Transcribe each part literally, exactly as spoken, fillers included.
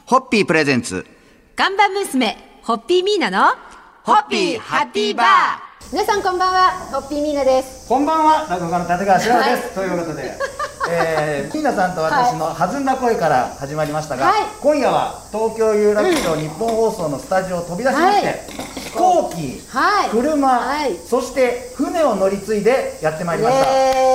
ホッピープレゼンツ看板娘ホッピーミーナのホッピーハッピーバー。 皆さんこんばんは、ホッピーミーナです。 こんばんは、落語家の立川志らくです、はい、ということで、えー、ミーナさんと私の弾んだ声から始まりましたが、はい、今夜は東京有楽町日本放送のスタジオを飛び出しまして、はい、飛行機、はい、車、はい、そして船を乗り継いでやってまいりました。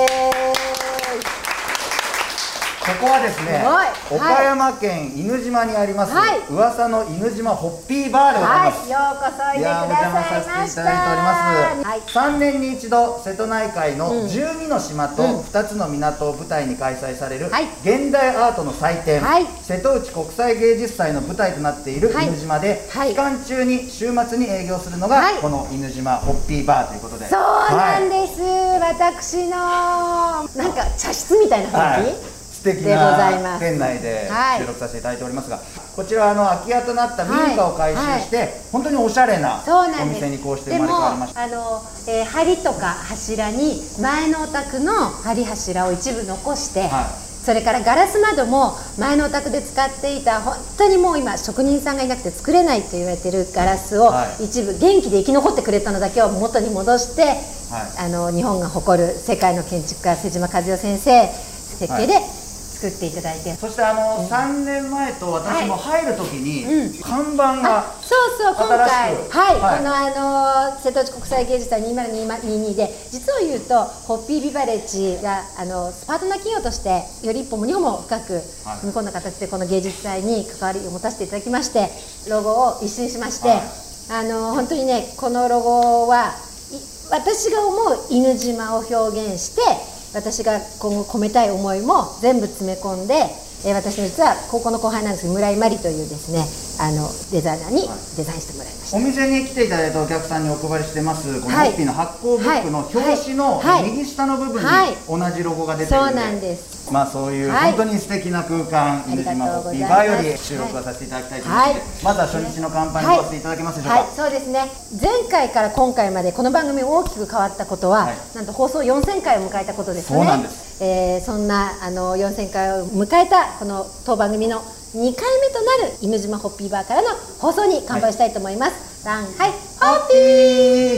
ここはですね、岡山県犬島にあります、はい、噂の犬島ホッピーバーでございます。 はい、ようこそおいでくださいました。 いや、お邪魔させていただいております、はい、さんねんに一度瀬戸内海のじゅうにの島とふたつの港を舞台に開催される現代アートの祭典、はい、瀬戸内国際芸術祭の舞台となっている犬島で、はい、期間中に週末に営業するのが、はい、この犬島ホッピーバーということで。 そうなんです、はい、私のなんか茶室みたいな雰囲気、はい、 素敵な店内で収録させていただいておりますが、はい、こちらはあの空き家となった民家を改修して、はいはい、本当におしゃれなお店にこうして生まれ変わりました。 でもあの、えー、梁とか柱に前のお宅の梁柱を一部残して、はい、それからガラス窓も前のお宅で使っていた本当にもう今職人さんがいなくて作れないと言われているガラスを一部元気で生き残ってくれたのだけを元に戻して、はい、あの日本が誇る世界の建築家瀬島和代先生設計で、はい、作っていただいて、 そしてあの、うん、さんねんまえと私も入るときに、はい、看板がそうそう今回、はいはい、このあの瀬戸内国際芸術祭にせんにじゅうにで実を言うとホッピービバレッジがあのパートナー企業としてより一歩も二歩も深く踏み込んだ形でこの芸術祭に関わりを持たせていただきまして、ロゴを一新しまして、はい、あの本当にねこのロゴは私が思う犬島を表現して、私が今後込めたい思いも全部詰め込んで、えー、私の実は高校の後輩なんですけど村井真理というですねあのデザイナーにデザインしてもらいました。 お店に来ていただいたお客さんにお配りしてますこのホッピーの発行ブックの表紙の右下の部分に同じロゴが出てるので、そうなんです。まあそういう本当に素敵な空間、犬島ホッピーバーより収録をさせていただきたいと思いますので、まずは初日の乾杯にごわせていただけますでしょうか。 はい、そうですね。前回から今回までこの番組大きく変わったことは、はい、なんと放送よんせんかいを迎えたことですね。 そうなんです。 えー、そんなあのよんせんかいを迎えたこの当番組のにかいめとなる犬島ホッピーバーからの放送に乾杯したいと思います。さん、はい、はい、ホッピー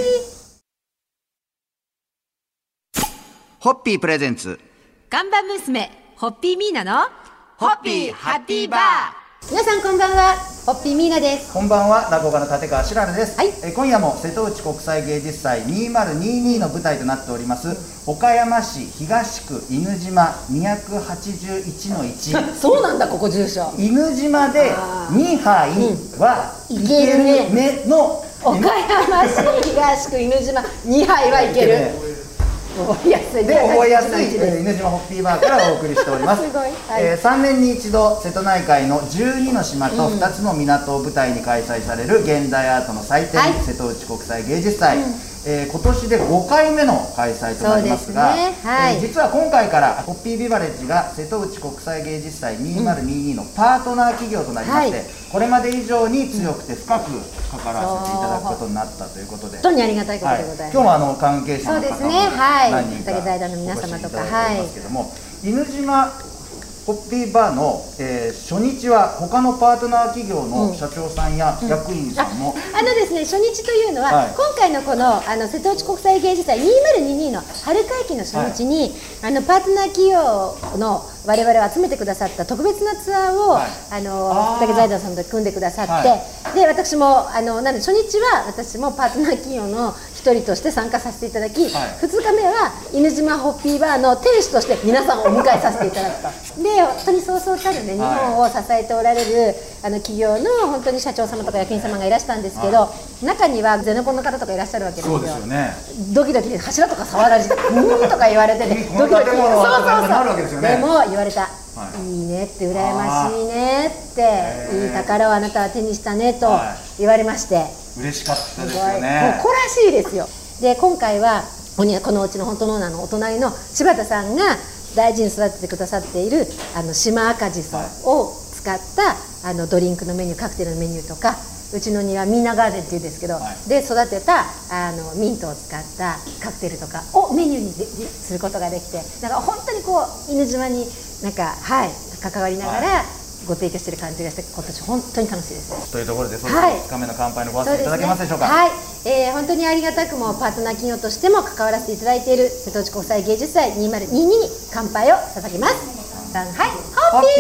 ホッピープレゼンツ看板娘ホッピーミーナのホッピーハッピーバー。 皆さんこんばんは、ホッピーミーナです。 こんばんは、落語家の立川志らくです、はい、え今夜も瀬戸内国際芸術祭にせんにじゅうにの舞台となっております岡山市東区犬島にひゃくはちじゅういちのいちそうなんだ、ここ住所犬島でにはいはいけるねの岡山市東区犬島にはいはいける覚えやすいで覚えやすい犬島ホッピーバーからお送りしております。すごい、はい、えー、さんねんに一度瀬戸内海のじゅうにの島とふたつの港を舞台に開催される現代アートの祭典、はい、瀬戸内国際芸術祭、うん、えー、今年でごかいめの開催となりますが、ね、はい、えー、実は今回からホッピービバレッジが瀬戸内国際芸術祭にせんにじゅうにのパートナー企業となりまして、はい、これまで以上に強くて深く関わらせていただくことになったということで、 本当にありがたいことでございます。はい、 今日もあの関係者の方も何人か畑財団の皆様とか、 はい、ますけども、犬島ホッピーバーの、えー、初日は他のパートナー企業の社長さんや役員さんも、 うんうん、あ, あのですね、初日というのは、はい、今回のこのあの瀬戸内国際芸術祭にせんにじゅうにの春会期の初日に、はい、あのパートナー企業の我々を集めてくださった特別なツアーを、はい、あの畑財団さんと組んでくださって、はい、で私もあのなので初日は私もパートナー企業の一人として参加させていただき、はい、ふつかめは犬島ホッピーバーの店主として皆さんをお迎えさせていただくと。で本当にそうそうたるね、日本を支えておられるあの企業の本当に社長様とか役員様がいらしたんですけど、はい、中にはゼネコンの方とかいらっしゃるわけですよ。 そうですよね。 ドキドキで柱とか触られて「うん」とか言われててドキドキ、そうそうそう、でも言われた、はい、いいねって羨ましいねっていい宝をあなたは手にしたねと言われまして、はい、 嬉しかったですよね。 誇らしいですよ。で今回はこのうちの本当のオーナーのお隣の柴田さんが大事に育ててくださっているあの島赤じそを使ったあのドリンクのメニュー、カクテルのメニューとか、うちの庭ミーナガーデンっていうんですけど、はい、で育てたあのミントを使ったカクテルとかをメニューにすることができて、だから本当にこう犬島になんか、はい、関わりながらご提供してる感じがして今年本当に楽しいです。 というところで、そろそろふつかめの乾杯のご発声いただけますでしょうか。 はい、えー、本当にありがたくもパートナー企業としても関わらせていただいている瀬戸内国際芸術祭にせんにじゅうにに乾杯を捧げます。さんはい、ホッピ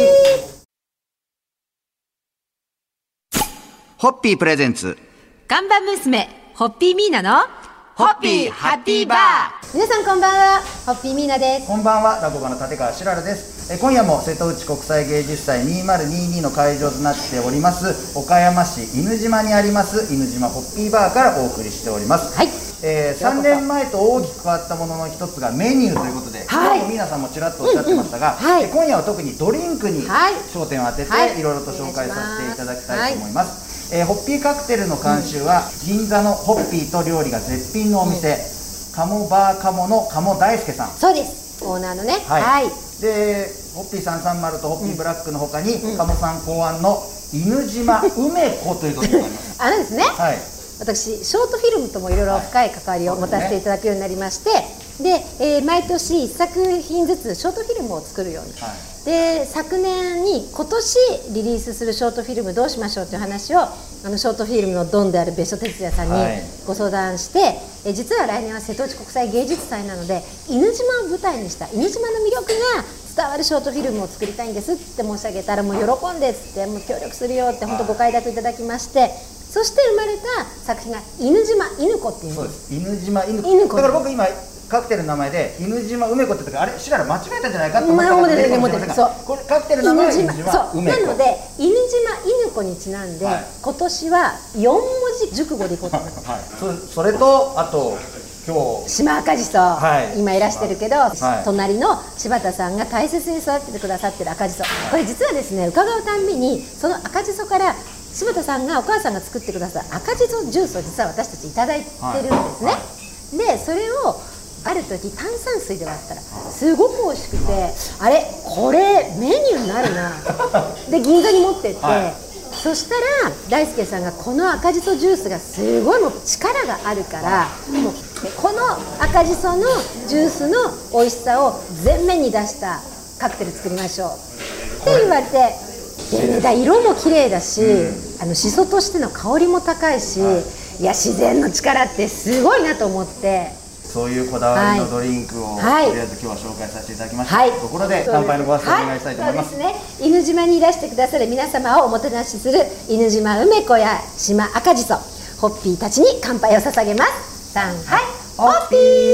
ーホッピープレゼンツ看板娘ホッピーミーナのホッピーハッピーバー。 皆さんこんばんは、ホッピーミーナです。 こんばんは、落語家の立川しららです。え今夜も瀬戸内国際芸術祭にせんにじゅうにの会場となっております岡山市犬島にあります犬島ホッピーバーからお送りしております。 はい、 えー、さんねんまえと大きく変わったものの一つがメニューということで、 はい、 今日も皆さんもちらっとおっしゃってましたが、 うんうん、はい、 え今夜は特にドリンクに焦点を当てて、はい、いろいろと紹介させていただきたいと思います。えー、ホッピーカクテルの監修は、うん、銀座のホッピーと料理が絶品のお店、うん、鴨バー鴨の鴨大輔さん。 そうです、オーナーのね。 はい、 はい、 でホッピーさんさんまるとホッピーブラックの他に、うん、鴨さん考案の犬島梅子ということになりますあのですね、 はい、 私ショートフィルムともいろいろ深い関わりを持たせていただくようになりまして、はい、で、えー、毎年いっさく品ずつショートフィルムを作るように、はい、で昨年に今年リリースするショートフィルムどうしましょうという話をあのショートフィルムのドンである別所哲也さんにご相談して、はい、え実は来年は瀬戸内国際芸術祭なので犬島を舞台にした犬島の魅力が伝わるショートフィルムを作りたいんですって申し上げたら、もう喜んでっつってもう協力するよって本当ご快諾いただきまして、そして生まれた作品が犬島犬子っていう。 そうです、犬島犬子。 犬子だから僕今カクテルの名前で犬島梅子って言ったから、あれしらら間違えたんじゃないかと思ったら、ね、 思ってるそうこれカクテルの名前は犬島梅子。 なので犬島犬子にちなんで、はい、今年はよんもじ熟語でいこうと思います。 はい、そ, それとあと今日島赤じそ、はい、今いらしてるけど、はい、隣の柴田さんが大切に育ててくださってる赤じそ、これ実はですね伺うたんびにその赤じそから柴田さんがお母さんが作ってくださる赤じそジュースを実は私たちいただいてるんですね、はい、でそれをある時炭酸水で割ったらすごく美味しくて、あれこれメニューになるなで銀座に持ってって、はい、そしたら大輔さんがこの赤じそジュースがすごいもう力があるから、もうこの赤じそのジュースの美味しさを前面に出したカクテル作りましょうって言われて、で、ね、だ色も綺麗だし、うん、あのシソとしての香りも高いし、はい、いや自然の力ってすごいなと思って、 そういうこだわりのドリンクを、はい、とりあえず今日は紹介させていただきました、はい、ところで乾杯のご発声お願いしたいと思います。 はい、そうですね、犬島にいらしてくださる皆様をおもてなしする犬島梅子や島赤じそホッピーたちに乾杯を捧げます。さんはい、ホッピー。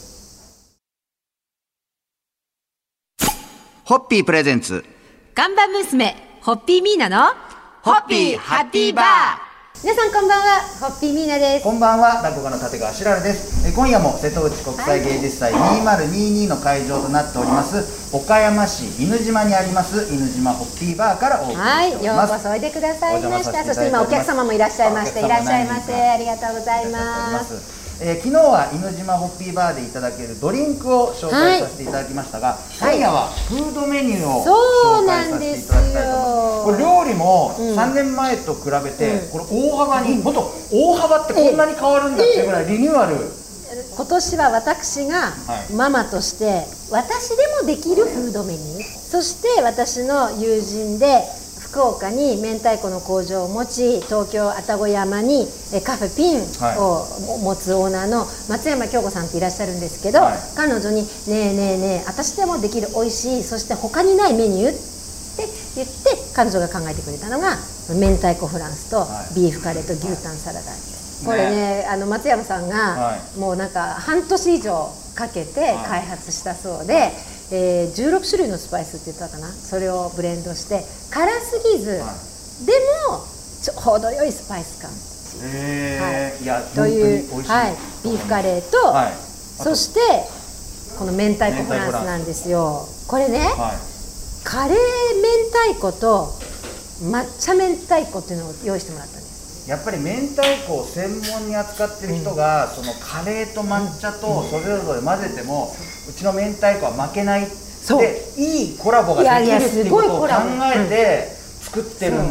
ホッピープレゼンツ看板娘ホッピーミーナのホッピーハッピーバー。 皆さんこんばんは、ホッピーミーナです。 こんばんは、落語家の立川しららです。え今夜も瀬戸内国際芸術祭にせんにじゅうにの会場となっております岡山市犬島にあります犬島ホッピーバーからお送りしております。 はい、ようこそおいでくださいました。そして今お客様もいらっしゃいまして、いらっしゃいませ、ありがとうございます。 えー、昨日は犬島ホッピーバーでいただけるドリンクを紹介させていただきましたが、はい、今夜はフードメニューを紹介させていただきたいと思います。これ料理もさんねんまえと比べて、うん、これ大幅に、もっと大幅ってこんなに変わるんだっていうぐらいリニューアル。 今年は私がママとして、私でもできるフードメニュー、そして私の友人で福岡に明太子の工場を持ち、東京愛宕山にカフェピンを持つオーナーの松山京子さんっていらっしゃるんですけど、はい、彼女に「ねえねえねえ、私でもできる美味しい、そして他にないメニュー」って言って彼女が考えてくれたのが明太子フランスとビーフカレーと牛タンサラダ、はい、これね、あの松山さんがもうなんか半年以上かけて開発したそうで、えー、じゅうろくしゅるいのスパイスって言ったかな、それをブレンドして辛すぎず、はい、でもちょ程よいスパイス感、 えーはい、いやという、はい、ビーフカレーと、はい、そしてこの明太子フランスなんですよ。これね、はい、カレー明太子と抹茶明太子っていうのを用意してもらったんです。 やっぱり明太子を専門に扱ってる人が、うん、そのカレーと抹茶とそれぞれ混ぜても、うん、うちの明太子は負けないで、いいコラボができるっていうことを考えて作ってるん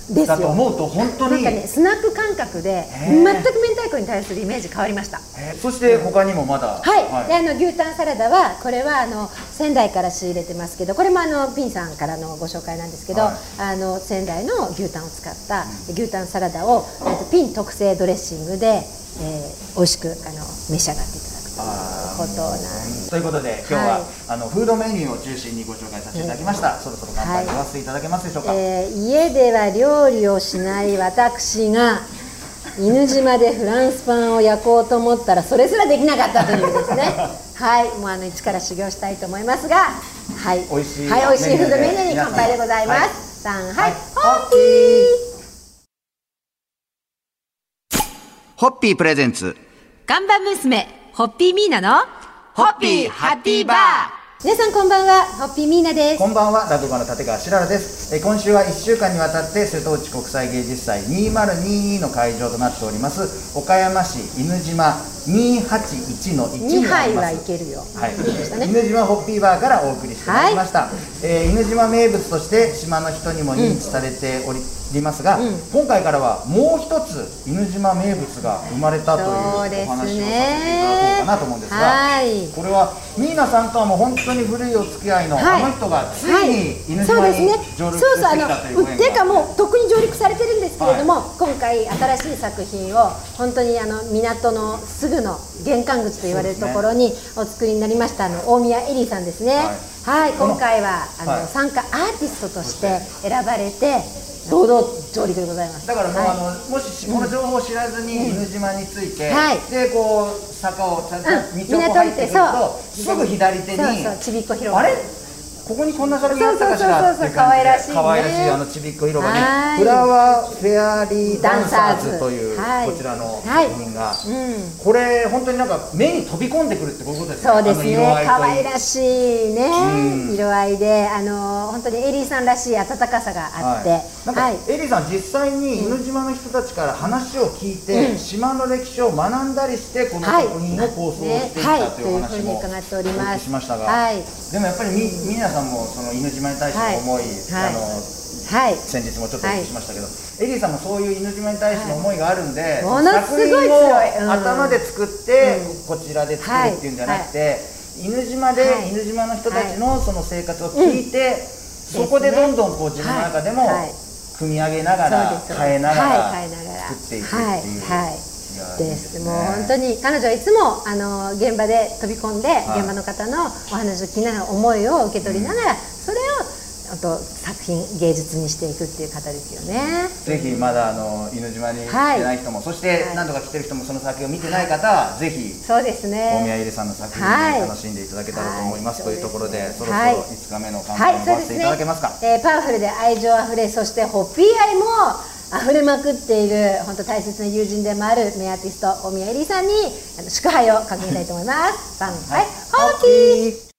ですよ。 だと思うと本当になんかねスナック感覚で全く明太子に対するイメージ変わりました。 そして他にもまだ、 はい、はい、であの牛タンサラダはこれはあの仙台から仕入れてますけど、これもあのピンさんからのご紹介なんですけど、はい、あの仙台の牛タンを使った牛タンサラダを、うん、ピン特製ドレッシングで、えー、美味しくあの召し上がっていただくということなんです。 ということで今日は、はい、あのフードメニューを中心にご紹介させていただきました、うん、そろそろ乾杯をさせていただけますでしょうか。はい、 えー、家では料理をしない私が犬島でフランスパンを焼こうと思ったらそれすらできなかったというですねはい、もうあの一から修行したいと思いますが、はい、 美味しい、 はい、美味しいフードメニューに乾杯でございます。さん、はい、はい、ホッピーホッピープレゼンツ看板娘ホッピーミーナのホッピーハッピーバー。 皆さんこんばんは、ホッピーミーナです。 こんばんは、落語家の立川しららです。え今週はいっしゅうかんにわたって瀬戸内国際芸術祭にせんにじゅうにの会場となっております岡山市犬島にーはちいちのいちにありますにはいはいけるよ、 はい、ね、犬島ホッピーバーからお送りしてまいりました。はい、えー、犬島名物として島の人にも認知されており、うん、ますが、うん、今回からはもう一つ犬島名物が生まれたというお話をさせていただこうかなと思うんですが、はい、これはミーナさんとはもう本当に古いお付き合いの、はい、あの人がついに犬島に上陸してきたというご縁があって、 っていうかもうとっくに上陸されてるんですけれども、はい、今回新しい作品を本当にあの港のすぐの玄関口と言われるところにお作りになりました、あの大宮エリーさんですね。はい、はい、今回はあの、はい、参加アーティストとして選ばれて堂々上陸でございます。 だからもう、はい、あのもしこの情報を知らずに犬島について、うん、はい、でこう坂をちゃんと道を入ってくるとすぐ左手にそうそうちびっこ広場、 あれここにこんな作品あったかしらっていう感じで可愛らしいあのちびっこ広場にフラワーフェアリーダンサーズというこちらの作品が、これ本当になんか目に飛び込んでくるってこういうことですね。 そうですね、可愛らしいね色合いで、あの本当にエリーさんらしい温かさがあって、 なんかエリーさん実際に犬島の人たちから話を聞いて島の歴史を学んだりしてこの作品を構想していったという話もお聞きしましたが、でもやっぱりみ皆さんもその犬島に対しての思い、あの先日もちょっとお聞きしましたけど、エリーさんもそういう犬島に対しての思いがあるんで、作品を頭で作ってこちらで作るっていうんじゃなくて、犬島で犬島の人たちのその生活を聞いて、そこでどんどんこう自分の中でも組み上げながら変えながら作っていくっていう。 です。もう本当に彼女はいつもあの現場で飛び込んで、はい、現場の方のお話を聞きながら思いを受け取りながら、うん、それをあと作品芸術にしていくっていう方ですよね。 ぜひまだあの犬島に来てない人も、はい、そして何度か来てる人もその作品を見てない方は、はい、ぜひそうですね、大宮ゆりさんの作品を楽しんでいただけたらと思います、はい、というところで、そろそろいつかめの乾杯をさせていただけますか。 はい、えー、パワフルで愛情あふれ、そしてホッピー愛も溢れまくっている本当大切な友人でもある名アーティスト大宮エリーさんに祝杯をかけたいと思います。さん、はい、ホッピー。